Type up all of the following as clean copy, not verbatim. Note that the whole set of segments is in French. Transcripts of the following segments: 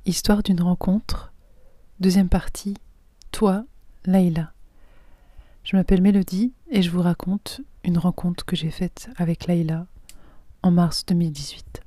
Histoire d'une rencontre, deuxième partie, toi, Laïla. Je m'appelle Mélodie et je vous raconte une rencontre que j'ai faite avec Laïla en mars 2018.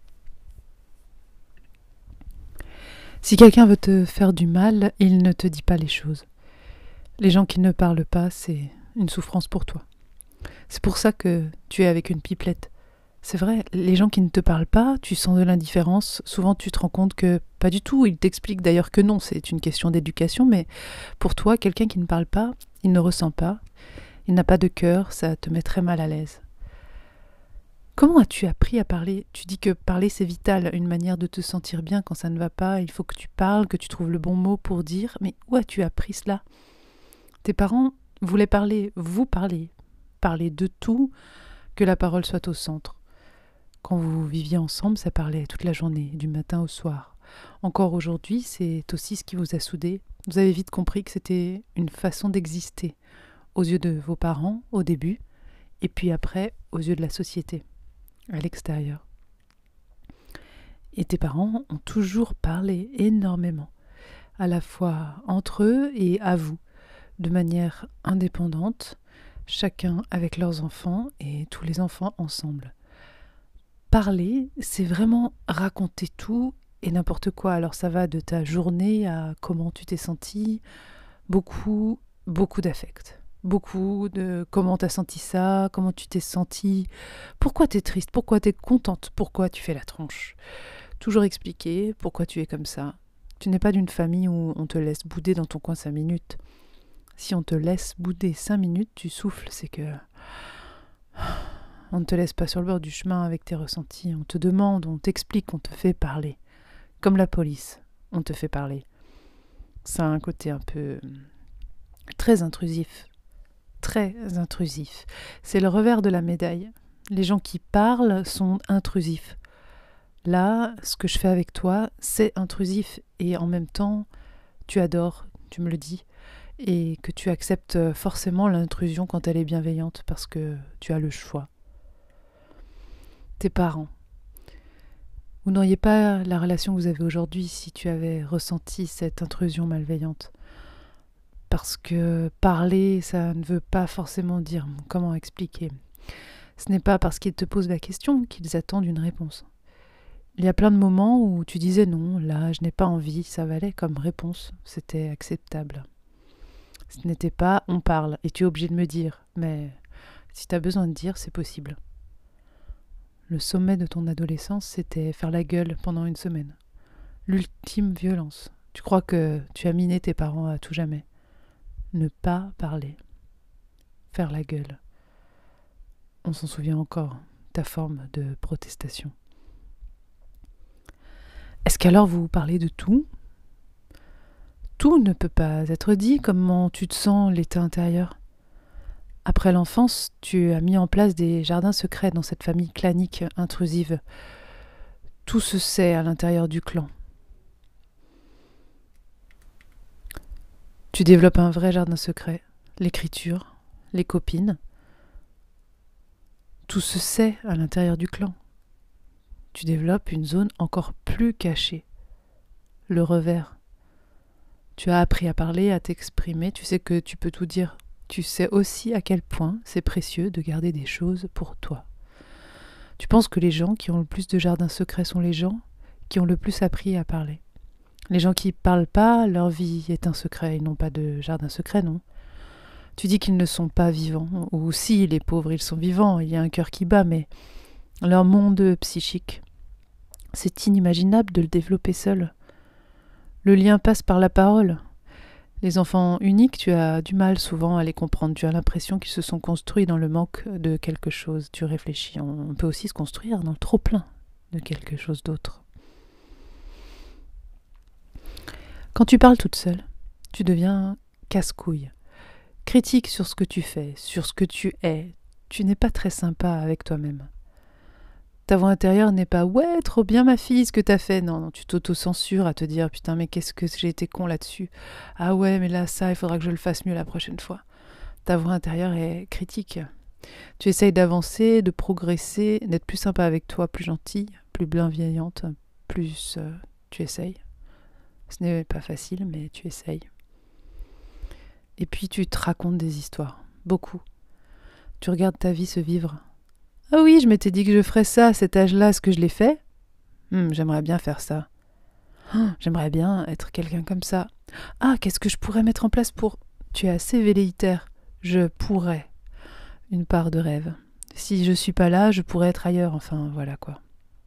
Si quelqu'un veut te faire du mal, il ne te dit pas les choses. Les gens qui ne parlent pas, c'est une souffrance pour toi. C'est pour ça que tu es avec une pipelette. C'est vrai, les gens qui ne te parlent pas, tu sens de l'indifférence. Souvent, tu te rends compte que pas du tout. Ils t'expliquent d'ailleurs que non, c'est une question d'éducation. Mais pour toi, quelqu'un qui ne parle pas, il ne ressent pas. Il n'a pas de cœur, ça te met très mal à l'aise. Comment as-tu appris à parler ? Tu dis que parler, c'est vital, une manière de te sentir bien quand ça ne va pas. Il faut que tu parles, que tu trouves le bon mot pour dire. Mais où as-tu appris cela ? Tes parents voulaient parler, vous parler. Parler de tout, que la parole soit au centre. Quand vous viviez ensemble, ça parlait toute la journée, du matin au soir. Encore aujourd'hui, c'est aussi ce qui vous a soudés. Vous avez vite compris que c'était une façon d'exister, aux yeux de vos parents, au début, et puis après, aux yeux de la société, à l'extérieur. Et tes parents ont toujours parlé énormément, à la fois entre eux et à vous, de manière indépendante, chacun avec leurs enfants et tous les enfants ensemble. Parler, c'est vraiment raconter tout et n'importe quoi. Alors ça va de ta journée à comment tu t'es senti, beaucoup d'affect. Beaucoup de comment t'as senti ça, comment tu t'es senti, pourquoi t'es triste, pourquoi t'es contente, pourquoi tu fais la tronche. Toujours expliquer pourquoi tu es comme ça. Tu n'es pas d'une famille où on te laisse bouder dans ton coin 5 minutes. Si on te laisse bouder 5 minutes, tu souffles, c'est que... On ne te laisse pas sur le bord du chemin avec tes ressentis. On te demande, on t'explique, on te fait parler. Comme la police, on te fait parler. Ça a un côté un peu très intrusif. Très intrusif. C'est le revers de la médaille. Les gens qui parlent sont intrusifs. Là, ce que je fais avec toi, c'est intrusif. Et en même temps, tu adores, tu me le dis. Et que tu acceptes forcément l'intrusion quand elle est bienveillante parce que tu as le choix. Tes parents. Vous n'auriez pas la relation que vous avez aujourd'hui si tu avais ressenti cette intrusion malveillante. Parce que parler, ça ne veut pas forcément dire comment expliquer. Ce n'est pas parce qu'ils te posent la question qu'ils attendent une réponse. Il y a plein de moments où tu disais non, là, je n'ai pas envie, ça valait comme réponse, c'était acceptable. Ce n'était pas on parle et tu es obligé de me dire, mais si tu as besoin de dire, c'est possible. Le sommet de ton adolescence, c'était faire la gueule pendant une semaine. L'ultime violence. Tu crois que tu as miné tes parents à tout jamais. Ne pas parler. Faire la gueule. On s'en souvient encore, ta forme de protestation. Est-ce qu'alors vous parlez de tout ? Tout ne peut pas être dit. Comment tu te sens, l'état intérieur ? Après l'enfance, tu as mis en place des jardins secrets dans cette famille clanique intrusive. Tout se sait à l'intérieur du clan. Tu développes un vrai jardin secret, l'écriture, les copines. Tout se sait à l'intérieur du clan. Tu développes une zone encore plus cachée, le revers. Tu as appris à parler, à t'exprimer, tu sais que tu peux tout dire. Tu sais aussi à quel point c'est précieux de garder des choses pour toi. Tu penses que les gens qui ont le plus de jardins secrets sont les gens qui ont le plus appris à parler. Les gens qui ne parlent pas, leur vie est un secret. Ils n'ont pas de jardin secret, non ? Tu dis qu'ils ne sont pas vivants. Ou si, les pauvres, ils sont vivants. Il y a un cœur qui bat, mais leur monde psychique, c'est inimaginable de le développer seul. Le lien passe par la parole. Les enfants uniques, tu as du mal souvent à les comprendre. Tu as l'impression qu'ils se sont construits dans le manque de quelque chose. Tu réfléchis. On peut aussi se construire dans le trop-plein de quelque chose d'autre. Quand tu parles toute seule, tu deviens casse-couille. Critique sur ce que tu fais, sur ce que tu es. Tu n'es pas très sympa avec toi-même. Ta voix intérieure n'est pas « Ouais, trop bien ma fille, ce que t'as fait ». Non, tu t'auto-censures à te dire « Putain, mais qu'est-ce que j'ai été con là-dessus. Ah ouais, mais là, ça, il faudra que je le fasse mieux la prochaine fois. » Ta voix intérieure est critique. Tu essayes d'avancer, de progresser, d'être plus sympa avec toi, plus gentille, plus bienveillante, plus tu essayes. Ce n'est pas facile, mais tu essayes. Et puis tu te racontes des histoires, beaucoup. Tu regardes ta vie se vivre. Ah oui, je m'étais dit que je ferais ça à cet âge-là, est-ce que je l'ai fait? J'aimerais bien faire ça. J'aimerais bien être quelqu'un comme ça. Ah, qu'est-ce que je pourrais mettre en place pour... Tu es assez velléitaire. Je pourrais. Une part de rêve. Si je suis pas là, je pourrais être ailleurs. Enfin, voilà quoi.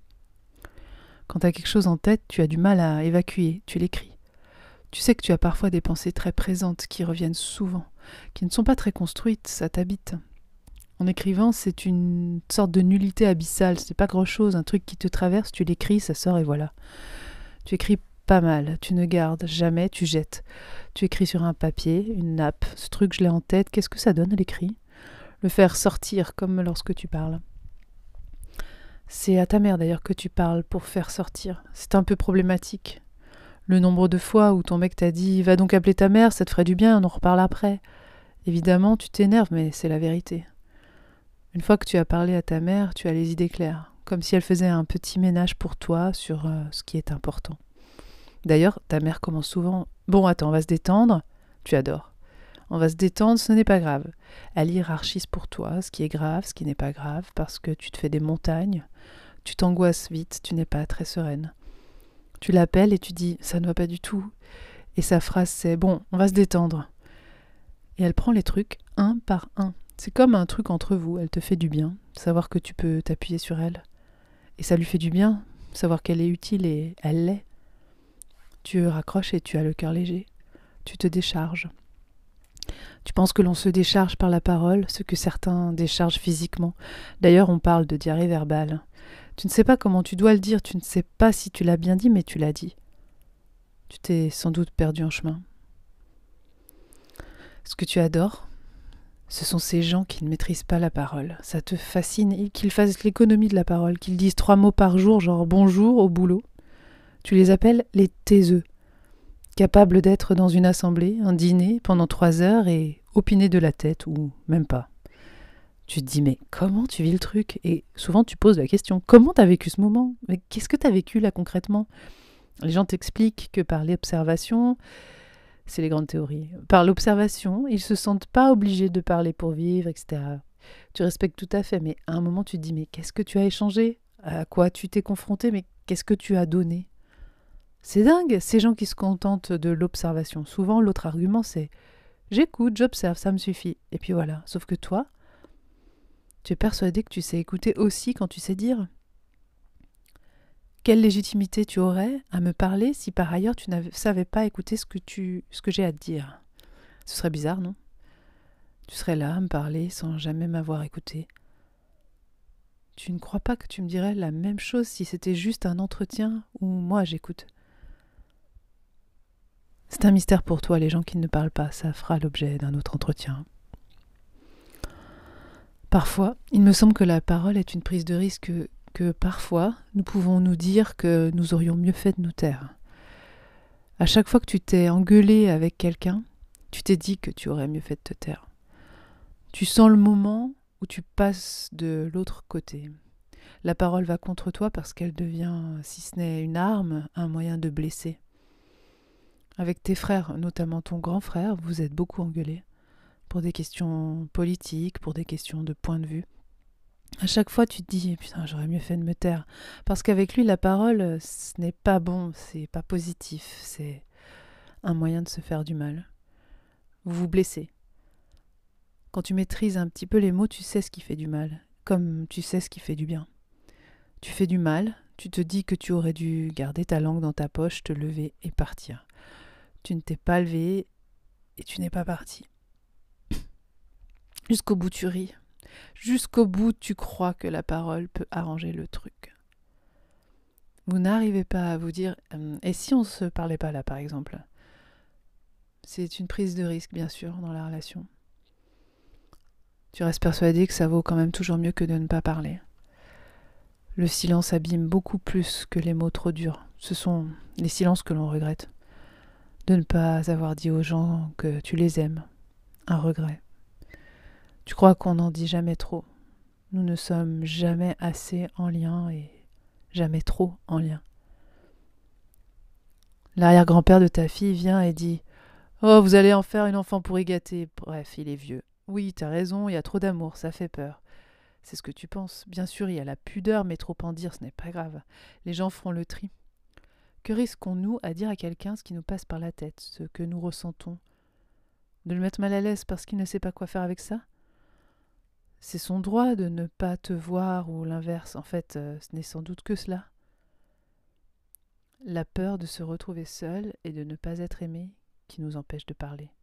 Quand tu as quelque chose en tête, tu as du mal à évacuer. Tu l'écris. Tu sais que tu as parfois des pensées très présentes qui reviennent souvent, qui ne sont pas très construites, ça t'habite. En écrivant, c'est une sorte de nullité abyssale. C'est pas grand-chose. Un truc qui te traverse, tu l'écris, ça sort et voilà. Tu écris pas mal, tu ne gardes jamais, tu jettes. Tu écris sur un papier, une nappe, ce truc je l'ai en tête, qu'est-ce que ça donne l'écrit? Le faire sortir comme lorsque tu parles. C'est à ta mère d'ailleurs que tu parles pour faire sortir. C'est un peu problématique. Le nombre de fois où ton mec t'a dit « Va donc appeler ta mère, ça te ferait du bien, on en reparle après ». Évidemment, tu t'énerves, mais c'est la vérité. Une fois que tu as parlé à ta mère, tu as les idées claires, comme si elle faisait un petit ménage pour toi sur ce qui est important. D'ailleurs, ta mère commence souvent « Bon, attends, on va se détendre ». Tu adores. On va se détendre, ce n'est pas grave. Elle hiérarchise pour toi ce qui est grave, ce qui n'est pas grave, parce que tu te fais des montagnes. Tu t'angoisses vite, tu n'es pas très sereine. Tu l'appelles et tu dis « Ça ne va pas du tout ». Et sa phrase c'est « Bon, on va se détendre ». Et elle prend les trucs un par un. C'est comme un truc entre vous, elle te fait du bien, savoir que tu peux t'appuyer sur elle. Et ça lui fait du bien, savoir qu'elle est utile et elle l'est. Tu raccroches et tu as le cœur léger. Tu te décharges. Tu penses que l'on se décharge par la parole, ce que certains déchargent physiquement. D'ailleurs, on parle de diarrhée verbale. Tu ne sais pas comment tu dois le dire, tu ne sais pas si tu l'as bien dit, mais tu l'as dit. Tu t'es sans doute perdu en chemin. Ce que tu adores, ce sont ces gens qui ne maîtrisent pas la parole. Ça te fascine, et qu'ils fassent l'économie de la parole, qu'ils disent 3 mots par jour, genre bonjour au boulot. Tu les appelles les taiseux, capables d'être dans une assemblée, un dîner, pendant 3 heures et opiner de la tête, ou même pas. Tu te dis, mais comment tu vis le truc? Et souvent tu poses la question, comment t'as vécu ce moment? Mais qu'est-ce que t'as vécu là concrètement? Les gens t'expliquent que par l'observation, c'est les grandes théories, par l'observation, ils se sentent pas obligés de parler pour vivre, etc. Tu respectes tout à fait, mais à un moment tu te dis, mais qu'est-ce que tu as échangé? À quoi tu t'es confronté? Mais qu'est-ce que tu as donné? C'est dingue, ces gens qui se contentent de l'observation. Souvent, l'autre argument, c'est « j'écoute, j'observe, ça me suffit ». Et puis voilà. Sauf que toi, tu es persuadé que tu sais écouter aussi quand tu sais dire. Quelle légitimité tu aurais à me parler si par ailleurs tu ne savais pas écouter ce que j'ai à te dire? Ce serait bizarre, non? Tu serais là à me parler sans jamais m'avoir écouté. Tu ne crois pas que tu me dirais la même chose si c'était juste un entretien où moi j'écoute? C'est un mystère pour toi, les gens qui ne parlent pas, ça fera l'objet d'un autre entretien. Parfois, il me semble que la parole est une prise de risque, que parfois, nous pouvons nous dire que nous aurions mieux fait de nous taire. À chaque fois que tu t'es engueulé avec quelqu'un, tu t'es dit que tu aurais mieux fait de te taire. Tu sens le moment où tu passes de l'autre côté. La parole va contre toi parce qu'elle devient, si ce n'est une arme, un moyen de blesser. Avec tes frères, notamment ton grand frère, vous êtes beaucoup engueulés pour des questions politiques, pour des questions de point de vue. À chaque fois, tu te dis « Putain, j'aurais mieux fait de me taire ». Parce qu'avec lui, la parole, ce n'est pas bon, c'est pas positif, c'est un moyen de se faire du mal. Vous vous blessez. Quand tu maîtrises un petit peu les mots, tu sais ce qui fait du mal, comme tu sais ce qui fait du bien. Tu fais du mal, tu te dis que tu aurais dû garder ta langue dans ta poche, te lever et partir. Tu ne t'es pas levé et tu n'es pas parti. Jusqu'au bout, tu ris. Jusqu'au bout, tu crois que la parole peut arranger le truc. Vous n'arrivez pas à vous dire « Et si on ne se parlait pas là, par exemple ?» C'est une prise de risque, bien sûr, dans la relation. Tu restes persuadé que ça vaut quand même toujours mieux que de ne pas parler. Le silence abîme beaucoup plus que les mots trop durs. Ce sont les silences que l'on regrette. De ne pas avoir dit aux gens que tu les aimes. Un regret. Tu crois qu'on n'en dit jamais trop. Nous ne sommes jamais assez en lien et jamais trop en lien. L'arrière-grand-père de ta fille vient et dit « Oh, vous allez en faire une enfant pour y gâter. » Bref, il est vieux. Oui, t'as raison, il y a trop d'amour, ça fait peur. C'est ce que tu penses. Bien sûr, il y a la pudeur, mais trop en dire, ce n'est pas grave. Les gens feront le tri. Que risquons-nous à dire à quelqu'un ce qui nous passe par la tête, ce que nous ressentons? De le mettre mal à l'aise parce qu'il ne sait pas quoi faire avec ça? C'est son droit de ne pas te voir ou l'inverse. En fait, ce n'est sans doute que cela. La peur de se retrouver seul et de ne pas être aimé qui nous empêche de parler.